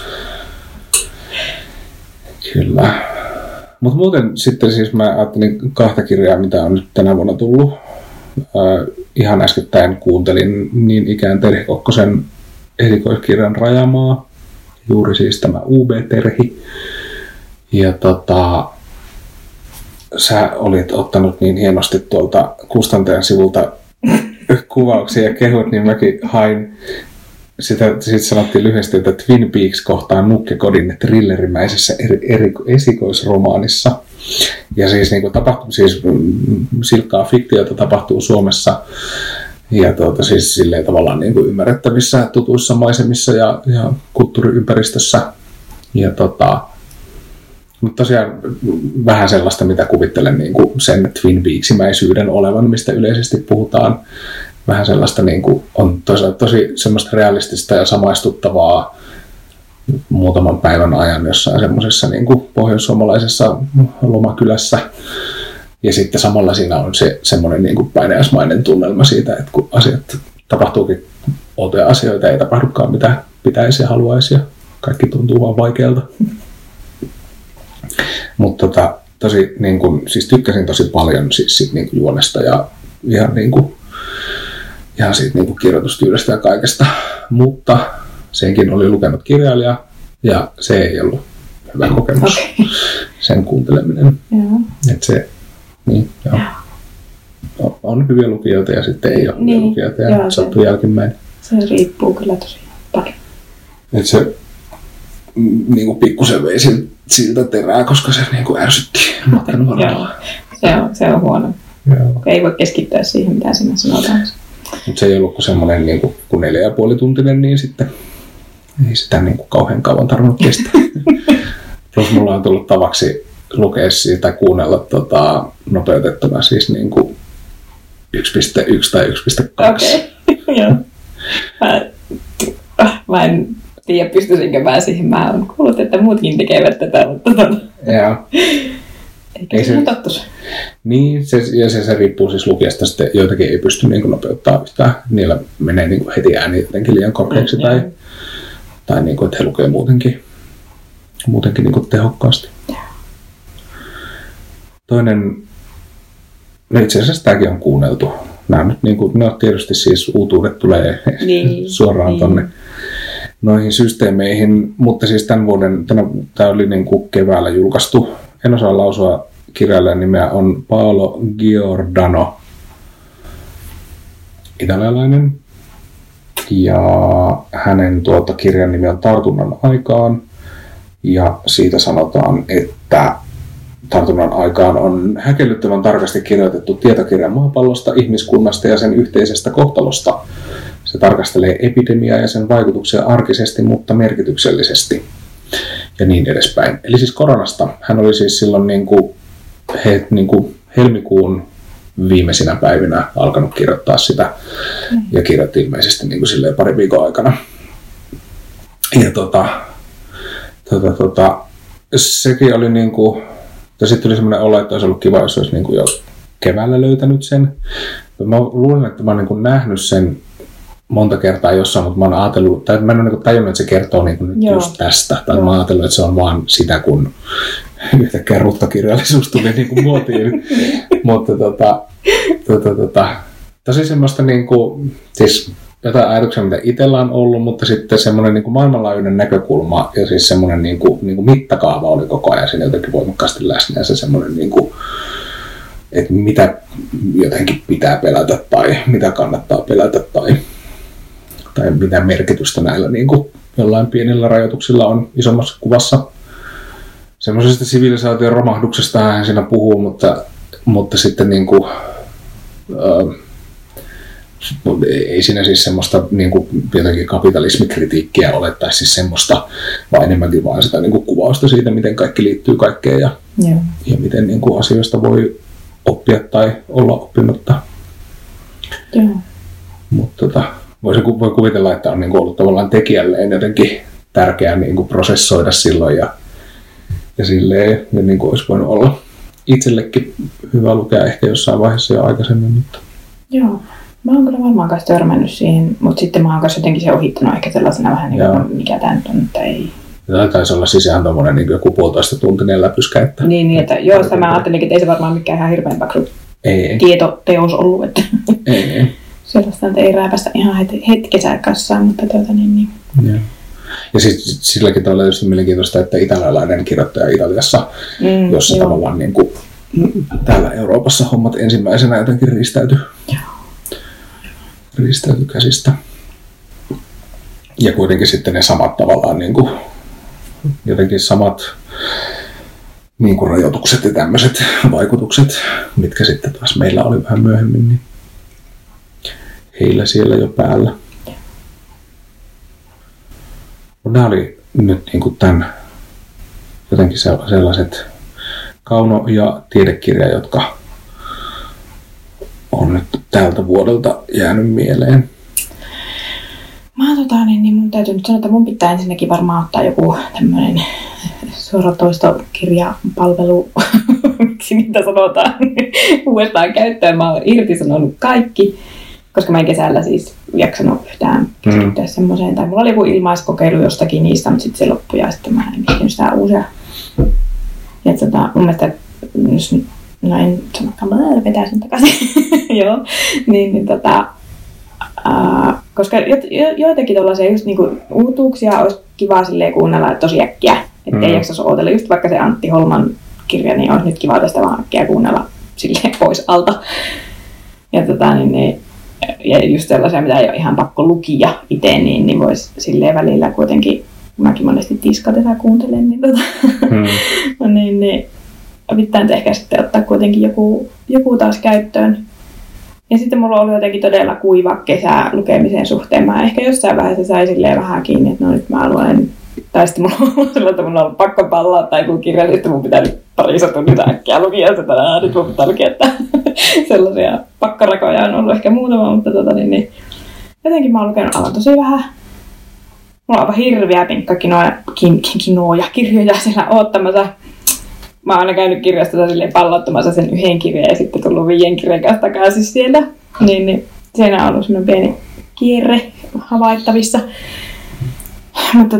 B: Kyllä. Mutta muuten sitten siis mä ajattelin 2 kirjaa, mitä on nyt tänä vuonna tullut. Ihan äskettäin kuuntelin niin ikään Terhi Kokkosen erikoiskirjan Rajamaa. Juuri siis tämä UB-Terhi. Ja sä olit ottanut niin hienosti tuolta kustantajan sivulta kuvauksia ja kehut, niin mäkin hain sitä, sitten sanottiin lyhyesti, että Twin Peaks kohtaa nukkekodin thrillerimäisessä esikoisromaanissa. Ja siis, niin kuin silkkaa fiktiota tapahtuu Suomessa ja siis silleen tavallaan niin kuin ymmärrettävissä tutuissa maisemissa ja kulttuuriympäristössä. Ja mutta tosiaan vähän sellaista, mitä kuvittelen niin kuin sen Twin Peaksimäisyyden olevan, mistä yleisesti puhutaan. Vähän sellaista niin kuin on tosi semmoista realistista ja samaistuttavaa muutaman päivän ajan jossain semmoisessa niin kuin pohjoissuomalaisessa lomakylässä. Ja sitten samalla siinä on se semmoinen niin kuin painajaismainen tunnelma siitä, että kun asiat tapahtuukin outoja asioita, ei tapahdukaan mitä pitäisi ja haluaisi ja kaikki tuntuu vaan vaikealta. Mutta tosi niin kuin, siis tykkäsin tosi paljon siis siitä niin kuin juonesta ja ihan niin kuin ihan siitä niin kuin kirjoitustyylistä ja kaikesta, mutta senkin oli lukenut kirjailija ja se ei ollut hyvä kokemus, sen kuunteleminen. Että se, niin, joo. On hyviä lukijoita ja sitten ei ole hyviä lukijoita ja sattuu jälkimmäinen.
C: Se riippuu kyllä tosi paljon.
B: Että se niin kuin pikkusen vei siltä terää, koska se niin kuin ärsytti matkan varrella.
C: Se on huono. Joo. Ei voi keskittyä siihen, mitä sinä sanotaan.
B: Mutta se ei ollut semmoinen niin kuin 4,5-tuntinen, niin sitten ei sitä niin kuin kauhean kauan tarvinnut kestää. Plus mulla on tullut tavaksi lukea siitä tai kuunnella nopeutettuna siis niin kuin 1.1 tai 1.2.
C: Okei, joo. Mä en tiedä, pystyisinkö mä siihen. Mä oon kuullut, että muutkin tekevät tätä, mutta
B: joo.
C: Eikä se tottus.
B: Niin, se riippuu siis lukijasta. Sitten joitakin ei pysty niin kuin nopeuttaa yhtään. Niillä menee niin kuin heti ääni jotenkin liian korkeaksi tai niin kuin, että he lukee muutenkin niin kuin tehokkaasti. Toinen, no itse asiassa tämäkin on kuunneltu. Nämä nyt niin kuin, no tietysti siis uutuudet tulee suoraan tonne noihin systeemeihin, mutta siis tämä oli niin kuin keväällä julkaistu. En osaa lausua kirjailijan nimeä, on Paolo Giordano, italialainen. Ja hänen kirjan nimi on Tartunnan aikaan. Ja siitä sanotaan, että Tartunnan aikaan on häkellyttävän tarkasti kirjoitettu tietokirja maapallosta, ihmiskunnasta ja sen yhteisestä kohtalosta. Se tarkastelee epidemiaa ja sen vaikutuksia arkisesti, mutta merkityksellisesti. Ja niin edespäin. Eli siis koronasta. Hän oli siis silloin niin kuin helmikuun viimeisinä päivinä alkanut kirjoittaa sitä. Ja kirjoitti ilmeisesti niin kuin silleen pari viikon aikana. Ja sekin oli niin kuin, ja sitten tuli semmoinen olo, että olisi ollut kiva, jos olisi niin kuin jo keväällä löytänyt sen. Mä luulen, että mä oon niin kuin nähnyt sen monta kertaa jossain, mutta mä oon ajatellut, tai mä en ole niin tajunnut, että se kertoo niin nyt just tästä. Tai mä oon ajatellut, että se on vaan sitä, kun yhtäkkiä ruttakirjallisuus tuli niin kuin muotiin. Mutta tosi semmoista niin kuin, siis jotain ajatuksia, mitä itsellä on ollut, mutta sitten semmoinen niin kuin maailmanlaajuinen näkökulma ja siis semmoinen niin kuin mittakaava oli koko ajan siinä jotenkin voimakkaasti läsnä ja se semmoinen niin kuin, että mitä jotenkin pitää pelätä tai mitä kannattaa pelätä tai mitä merkitystä näillä niin kuin jollain pienillä rajoituksilla on isommassa kuvassa. Semmoisesta sivilisaation romahduksesta hän siinä puhuu, mutta sitten niin kuin, ei siinä siis semmoista niin kuin jotenkin kapitalismikritiikkiä ole tai siis semmoista, vaan enemmänkin vaan sitä niin kuin kuvausta siitä, miten kaikki liittyy kaikkeen ja miten niin kuin asioista voi oppia tai olla oppimatta. Mutta voi kuvitella, että on niin kuin ollut tavallaan tekijälleen jotenkin tärkeää niin kuin prosessoida silloin Ja silleen, ja niin kuin olisi voinut olla itsellekin hyvä lukea ehkä jossain vaiheessa jo aikaisemmin. Mutta...
C: Joo. Mä oon kyllä varmaan kanssa törmännyt siihen, mutta sitten mä oon kanssa jotenkin se ohittanut ehkä sellaisena vähän niin kuin, mikä tää nyt on, että ei.
B: Tämä taisi olla siis ihan tommonen niin joku 1,5 tuntinen läpyskä. Että...
C: Niin, että joo, sitä mä ajattelinkin, että ei se varmaan mikään ihan hirveän paksu tietoteos ollut, että
B: ei.
C: sellaista ei rääpästä ihan hetkessä kassaan, mutta niin.
B: Joo. Ja siis silläkin tavalla just mielenkiintoista, että italialainen kirjoittaja Italiassa, jossa tavallaan niin kuin täällä Euroopassa hommat ensimmäisenä jotenkin riistäytyi käsistä. Ja kuitenkin sitten ne samat tavallaan niin kuin, jotenkin samat niin kuin rajoitukset ja tämmöiset vaikutukset, mitkä sitten taas meillä oli vähän myöhemmin, niin heillä siellä jo päällä. Nämä oli nyt niin kuin tämän jotenkin sellaiset kauno- ja tiedekirja, jotka on nyt tältä vuodelta jäänyt mieleen.
C: Niin mun täytyy nyt sanoa, että mun pitää ensinnäkin varmaan ottaa joku tämmöinen suoratoistokirjapalvelu, miksi niitä sanotaan, uudestaan käyttöön. Mä oon irtisanonut kaikki, koska mä en kesällä siis jaksanut yhtään keskittyä semmoiseen. Tai mulla oli joku ilmaiskokeilu jostakin niistä, mutta sitten se loppui ja sitten mä en ehtinyt sitä uusia. Ja mun mielestä, jos nyt, no en sanokaan, mä vetää sen takaisin, joo, koska joitakin tuollaisia just niinku uutuuksia olisi kiva silleen kuunnella tosi äkkiä, ettei jaksaisi odotella. Just vaikka se Antti Holman kirja, niin olisi nyt kiva tästä vaan äkkiä kuunnella silleen pois alta. Ja just sellaisia, mitä ei ole ihan pakko lukia itse, niin voisi silleen välillä kuitenkin, mäkin monesti tiskatetaan kuuntelen, niin pitää nyt ehkä sitten ottaa kuitenkin joku taas käyttöön. Ja sitten mulla oli jotenkin todella kuiva kesä lukemisen suhteen. Mä ehkä jossain vaiheessa sain silleen vähän kiinni, että no nyt mä luen. Tai sitten mulla on sellainen, että mulla on pakko pallaa tai joku kirja, sitten mun pitää nyt parissa tunnita äkkiä lukia. Nyt mun pitää lukea, että sellaisia pakkarakoja on ollut ehkä muutama, mutta niin jotenkin mä oon lukenut aivan tosi vähän. Mulla on aivan hirviä pinkkakinoja kirjoja siellä oottamassa. Mä oon aina käynyt kirjastossa silleen pallouttamassa sen yhden kirjan ja sitten tullut 5 kirjan kanssa takaisin siellä. Niin siinä on ollut semmoinen pieni kierre havaittavissa. Mutta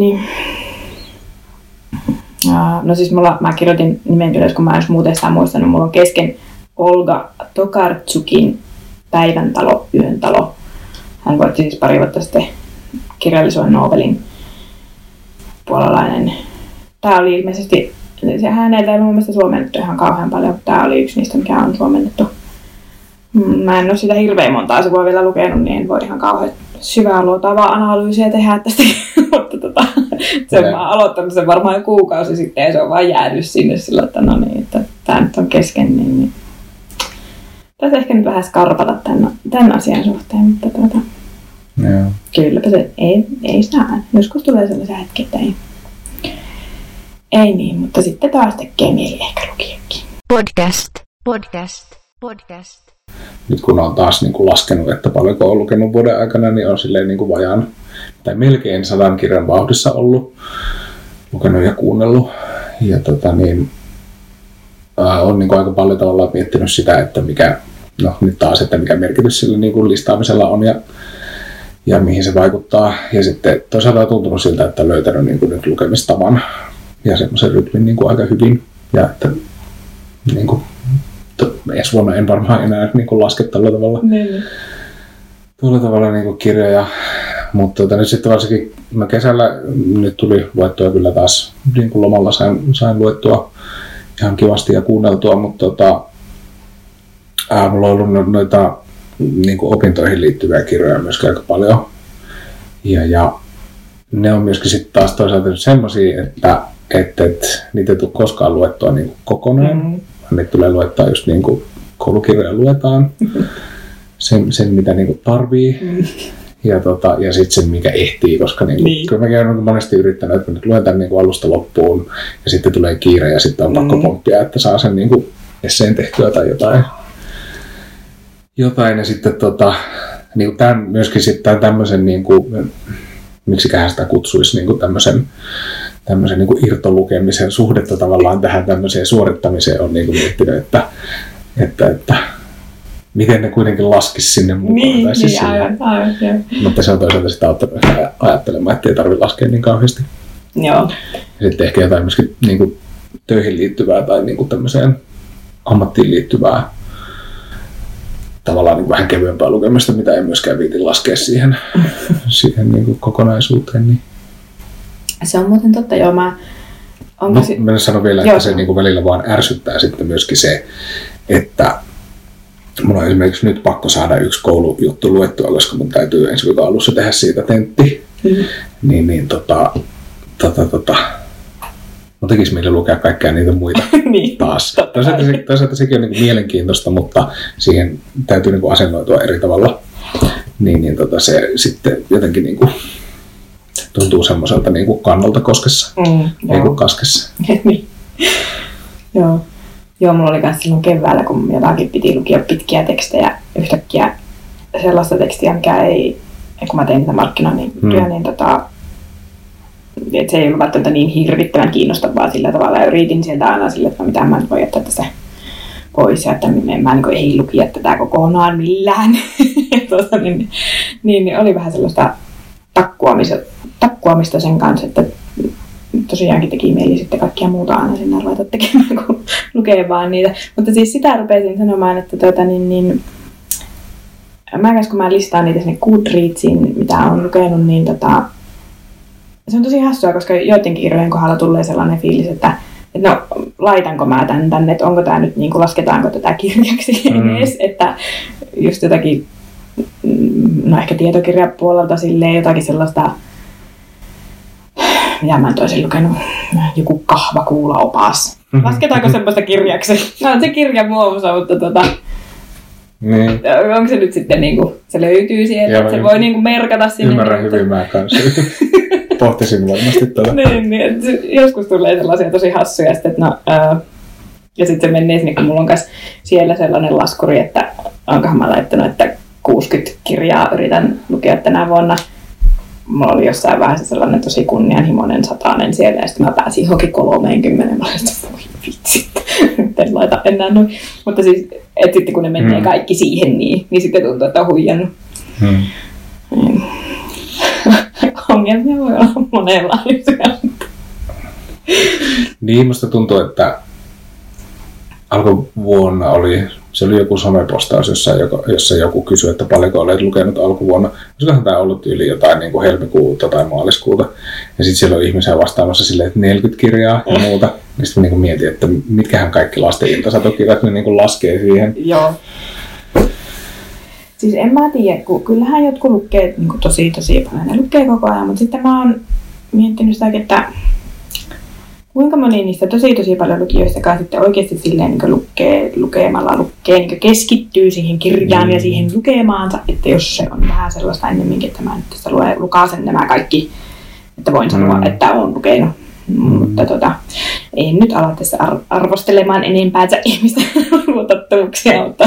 C: no siis mä kirjoitin nimen ylös, kun mä en muuten sitä muistanut. Mulla on kesken Olga Tokarczukin Päivän talo, yön talo. Hän voitti siis pari vuotta sitten kirjallisuuden Nobelin puolalainen. Tää oli ilmeisesti, häneltä ei mun mielestä suomennettu ihan kauhean paljon, mutta tää oli yksi niistä, mikä on suomennettu. Mä en ole sitä hirveän montaa sivua vielä lukenut, niin en voi ihan kauhean syvää luotaavaa analyysiä tehdä tästä. Mutta sen mä oon aloittanut sen varmaan jo kuukausi sitten ja se on vaan jäänyt sinne sillä, että no niin, että tää nyt on kesken. Niin. Tässä ehkä nyt vähän skarpata tämän asian suhteen, mutta kylläpä se ei sitä aina. Joskus tulee sellaisia hetkiä, että ei niin, mutta sitten taas tekee mieli ehkä lukijakin.
A: Podcast.
B: Nyt kun on taas niin kuin laskenut, että paljonko on lukenut vuoden aikana, niin on silleen niin kuin vajaan tai melkein 100 kirjan vauhdissa ollut, lukenut ja kuunnellut. Ja on niin kuin aika paljon tavallaan miettinyt sitä, että mikä merkitys sillä niin kuin listaamisella on ja mihin se vaikuttaa. Ja sitten toisaalta on tuntunut siltä, että on löytänyt niin kuin nyt lukemistavan ja semmoisen rytmin niin kuin aika hyvin. Ja että niin kuin, ensi vuonna en varmaan enää niin kuin laske tällä tavalla, tuolla tavalla niin kuin kirjoja. Mutta nyt sitten varsinkin kesällä nyt tuli luettua kyllä taas niin kuin lomalla sain luettua ihan kivasti ja kuunneltua, mutta mulla on ollut noita niin kuin opintoihin liittyviä kirjoja myöskin aika paljon. Ja ne on myöskin sitten taas toisaalta semmosia, että niitä ei tule koskaan luettua niin kuin kokonaan. Niitä tulee luettua just niin kuin koulukirjoja luetaan. Sen mitä niin kuin tarvii. Ja sitten sen, mikä ehtii, koska kyllä mäkin olen monesti yrittänyt, että nyt luen tämän niin kuin alusta loppuun ja sitten tulee kiire ja sitten on pakko pomppia, että saa sen niin kuin esseen tehtyä tai jotain. Ja sitten niin kuin myöskin sitten tämmöisen, niin kuin, miksiköhän sitä kutsuisi, niin kuin tämmöisen tämmöisen niin kuin irtolukemisen suhdetta tavallaan tähän tämmöiseen suorittamiseen on niin kuin miettinyt, että miten ne kuitenkin laskisi sinne mukaan.
C: Niin,
B: tai siis
C: aivan, joo.
B: Mutta se on toisaalta sitä auttanut ajattelemaan, että ei tarvitse laskea niin kauheasti.
C: Joo.
B: Ja sitten ehkä jotain myöskin niin kuin töihin liittyvää tai niin kuin tämmöiseen ammattiin liittyvää tavallaan niin kuin vähän kevyempää lukemista, mitä ei myöskään viiti laskea siihen niin kuin kokonaisuuteen. Niin.
C: Se on muuten totta, joo. Mä
B: sanon vielä, että se niin kuin välillä vaan ärsyttää sitten myöskin se, että mun on esimerkiksi nyt pakko saada yksi koulujuttu luettua, koska mun täytyy ensi viikon alussa tehdä siitä tentti. Mun tekisi mieli lukea kaikkia niitä muita
C: niin,
B: taas. Toisaalta sekin on niin kuin mielenkiintoista, mutta siihen täytyy niin kuin asennoitua eri tavalla. Se sitten jotenkin niin kuin tuntuu semmoiselta niin kuin kannalta koskessa, ei kuin kaskessa.
C: Niin. Joo, mulla oli myös silloin keväällä, kun jotakin piti lukea pitkiä tekstejä yhtäkkiä sellaista tekstiä, mikä ei, kun mä tein niitä markkinoinnin työ, niin että se ei ollut välttämättä niin hirvittävän kiinnostavaa sillä tavalla. Ja yritin sieltä aina sille, että mitä mä en voi jättää tästä pois ja että mä ei lukia tätä kokonaan millään. niin oli vähän sellaista takkuamista sen kanssa, että tosiaankin teki mieli sitten kaikkia muuta aina sinne ruveta tekemään, kun lukee vaan niitä. Mutta siis sitä rupesin sanomaan, että kun mä listaan niitä sinne Goodreadsiin, mitä on lukenut, niin se on tosi hassua, koska joidenkin kirjojen kohdalla tulee sellainen fiilis, että no laitanko mä tän tänne, että onko tää nyt, niin kuin, lasketaanko tätä kirjaksi edes, että just jotakin, no ehkä tietokirjapuolelta silleen jotakin sellaista, mitä mä en toisin lukenut, joku kahvakuulaopas. Lasketaanko semmoista kirjaksi? No se kirjamuodossa, mutta
B: niin.
C: Onko se nyt sitten niinku, se löytyy sieltä, että se voi niinku merkata sinne.
B: Ymmärrän hyvin mä kanssa. Pohtisin varmasti
C: niin, joskus tulee sellaisia tosi hassuja, että ja sitten se menee sinne, kun mulla on myös siellä sellainen laskuri, että onkohan mä laittanut, että 60 kirjaa yritän lukea tänä vuonna. Mulla oli jossain vaiheessa sellainen tosi kunnianhimoinen 100 siellä, ja sitten mä pääsin johonkin 30. Mä olin, että voi vitsi, en laita enää noin. Mutta siis, että sitten kun ne menee kaikki siihen, niin sitten tuntuu, että on huijannut. Ongelmia voi olla monenlaisia.
B: Niin, musta tuntuu, että alkuvuonna oli joku somepostaus, jossa joku kysyi, että paljonko olet lukenut alkuvuonna. Olisikohan tämä ollut yli jotain niin kuin helmikuuta tai maaliskuuta. Ja sitten siellä on ihmisiä vastaamassa silleen, että 40 kirjaa ja muuta. Ja sitten niin mietin, että mitkähän kaikki lasten iltasatokirjat ne niin kuin laskee siihen.
C: Joo. Siis en mä tiedä, kun kyllähän jotkut lukee niin kuin tosi paljon. Ne lukee koko ajan, mutta sitten mä oon miettinyt sitäkin, että kuinka moni niistä tosi paljon lukijoistakaan sitten oikeasti silleen niin lukemalla niin keskittyy siihen kirjaan ja siihen lukemaansa, että jos se on vähän sellaista ennemminkin, että mä nyt tästä lukasen nämä kaikki, että voin sanoa, että olen lukenut. Mutta en nyt ala tässä arvostelemaan enempäänsä ihmisten luotattomuuksia, mutta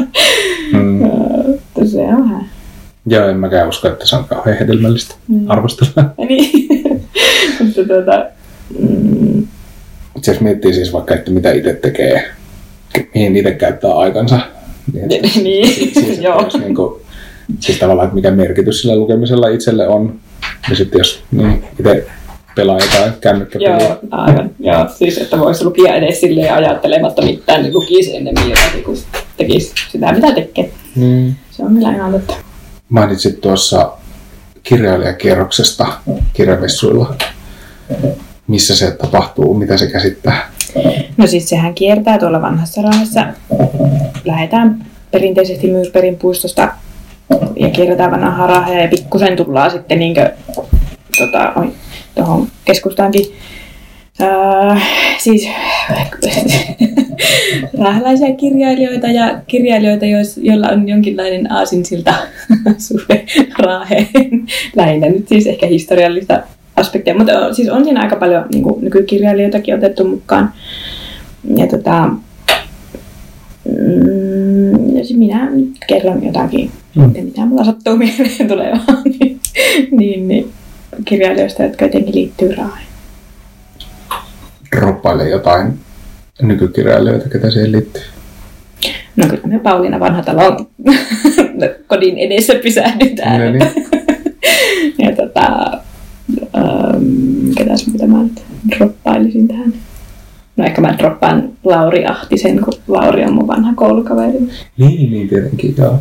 C: se on vähän.
B: Joo, en mäkään usko, että se on kauhean hedelmällistä arvostella.
C: Niin, mutta
B: jos miettii siis vaikka, että mitä itse tekee, mihin itse käyttää aikansa, niin
C: joo.
B: Siis tavallaan, että mikä merkitys sillä lukemisella itselle on. Ja sitten jos itse pelaa jotain kännykkäpeliä.
C: Joo, aivan. Joo, siis että voisi lukia edes silleen ajattelematta mitään, niin lukisi ennemmin jotakin, kun tekisi sitä, mitä tekee. Se on kyllä ihan totta.
B: Mainitsit tuossa kirjailijakierroksesta kirjamessuilla. Missä se tapahtuu? Mitä se käsittää?
C: No siis sehän kiertää tuolla Vanhassa Raahessa. Lähdetään perinteisesti Myysberin puistosta ja kierretään Vanhaa Raahea ja pikkusen tullaan sitten tuohon keskustaankin. Siis raahelaisia kirjailijoita ja kirjailijoita, joilla on jonkinlainen aasinsilta suhde Raaheen. Lähinnä nyt siis ehkä historiallista aspekteja, mutta siis on siinä aika paljon niin kuin nykykirjailijoitakin otettu mukaan. Ja minä nyt kerron jotakin, mitä mulla sattuu mieleen tulevaan, niin kirjailijoista, jotka jotenkin liittyy Raaheen.
B: droppaile jotain nykykirjailijoita, ketä siihen liittyy?
C: No kyllä me Pauliina Vanhatalon kodin edessä pysähdytään.
B: No niin.
C: Ja ketäs mitä mä nyt droppailisin tähän? No ehkä mä droppaan Lauri Ahtisen, kun Lauri on mun vanha koulukaveri.
B: Niin tietenkin, joo.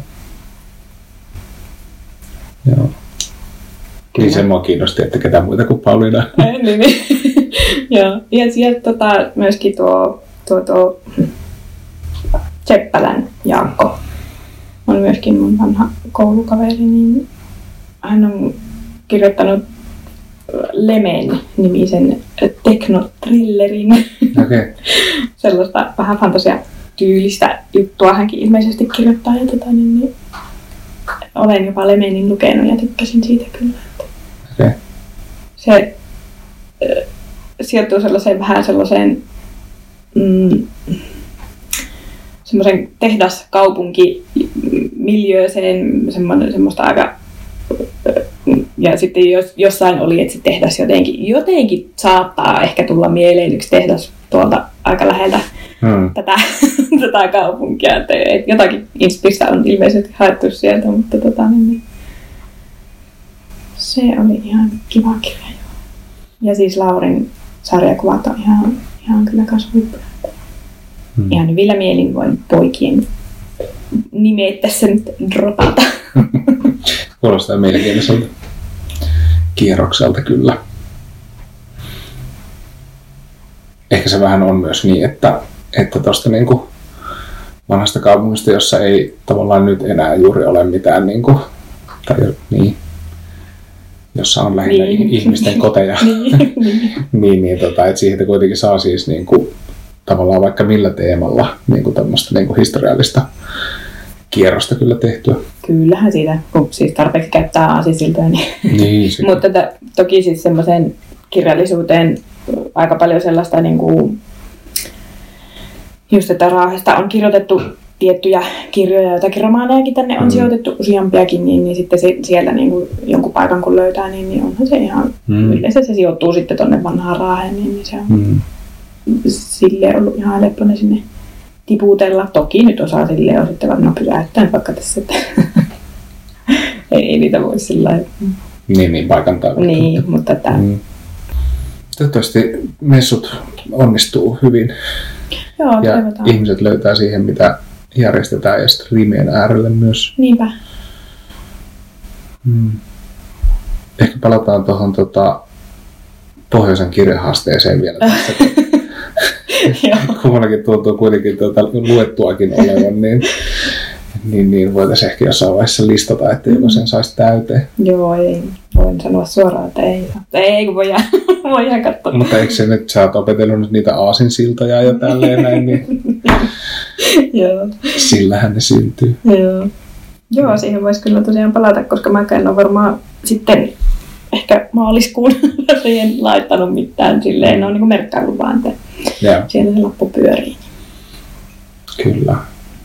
B: Niin se mua kiinnosti, että ketä muita kuin Pauliina.
C: Niin. Joo. Ja sieltä myöskin tuo Seppälän Jaakko on myöskin mun vanha koulukaveri, niin hän on kirjoittanut Lemen-nimisen teknotrillerin.
B: Okay.
C: Sellaista vähän fantasia-tyylistä juttua hänkin ilmeisesti kirjoittaa. Ja niin olen jopa Lemenin lukenut ja tykkäsin siitä kyllä.
B: Okay.
C: Se sijoittuu sellaiseen semmoisen tehdaskaupunkimiljööseen, semmoista aika. Ja sitten jossain oli, että se tehdas jotenkin saattaa ehkä tulla mieleen yksi tehdas tuolta aika läheltä tätä kaupunkia. Että jotakin inspiristä on ilmeisesti haettu sieltä, mutta niin. Se oli ihan kiva kirja. Ja siis Laurin sarjakuvat on ihan kyllä kasvuippuja. Ihan hyvillä mielin voin poikien nimeet tässä nyt dropata.
B: Kuulostaa mielenkiintoiselta kierrokselta kyllä. Ehkä se vähän on myös niin, että tuosta niinku vanhasta kaupungista, jossa ei tavallaan nyt enää juuri ole mitään niinku, tai niin, jossa on lähinnä ihmisten koteja, niin että siitä kuitenkin saa siis niinku, tavallaan vaikka millä teemalla niinku tämmöistä niinku historiallista kierrosta kyllä tehtyä. Kyllähän
C: siitä, kun siis tarpeeksi käyttää aasinsiltoja.
B: Niin
C: mutta toki siis semmoiseen kirjallisuuteen aika paljon sellaista niinku, just että Raahesta on kirjoitettu tiettyjä kirjoja, jotakin romaanejakin tänne on sijoitettu useampiakin, niin sitten siellä niinku jonkun paikan kun löytää, niin onhan se ihan, yleensä se sijoittuu sitten tonne vanhaan Raaheen, niin se on silleen ollut ihan helppoinen sinne tiputella. Toki nyt osaa silleen on sitten vaan pysäyttäen vaikka tässä, että ei niitä voi sillä lailla.
B: Niin paikan taivasta.
C: Niin, mutta
B: toivottavasti messut onnistuu hyvin.
C: Joo,
B: ja
C: toivotaan.
B: Ihmiset löytää siihen, mitä järjestetään ja sitten rimien äärelle myös.
C: Niinpä.
B: Ehkä palataan tuohon pohjoisen kirjahaasteeseen vielä tässä. Kummallakin tuntuu kuitenkin luettuakin olevan, niin voitaisiin ehkä jossain vaiheessa listata, että joku sen saisi täyteen.
C: Joo, ei. Voin sanoa suoraan, että ei. Ei, kun voi ihan katsoa.
B: Mutta eikö se nyt, sä oot opetellut nyt niitä aasinsiltoja ja tälleen näin, niin
C: joo.
B: Sillähän ne syntyy.
C: Joo, siihen voisi kyllä tosiaan palata, koska mä en ole varmaan sitten ehkä maaliskuun siihen laittanut mitään silleen. Ne on niin merkkailu vaan, että siellä se lappu pyörii.
B: Kyllä.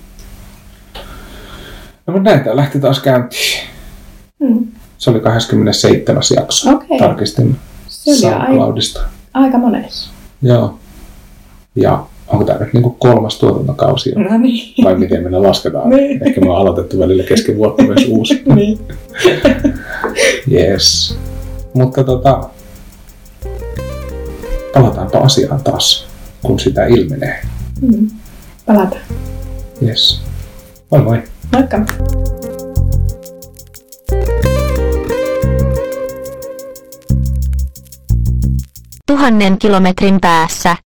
B: No mutta näitä lähti taas käyntiin. Se oli 27. jakso.
C: Okay.
B: Tarkistin SoundCloudista.
C: Aika monessa.
B: Joo. Ja onko tämä nyt niinku 3. tuotantokausi?
C: No niin.
B: Vai miten me ne lasketaan? Niin. Ehkä me on aloitettu välillä kesken vuotta myös uusi.
C: Niin.
B: Yes. Mutta palataanpa asiaan taas, kun sitä ilmenee.
C: Palataan.
B: Yes. Moi moi.
C: Moikka.
A: 1000 kilometrin päässä.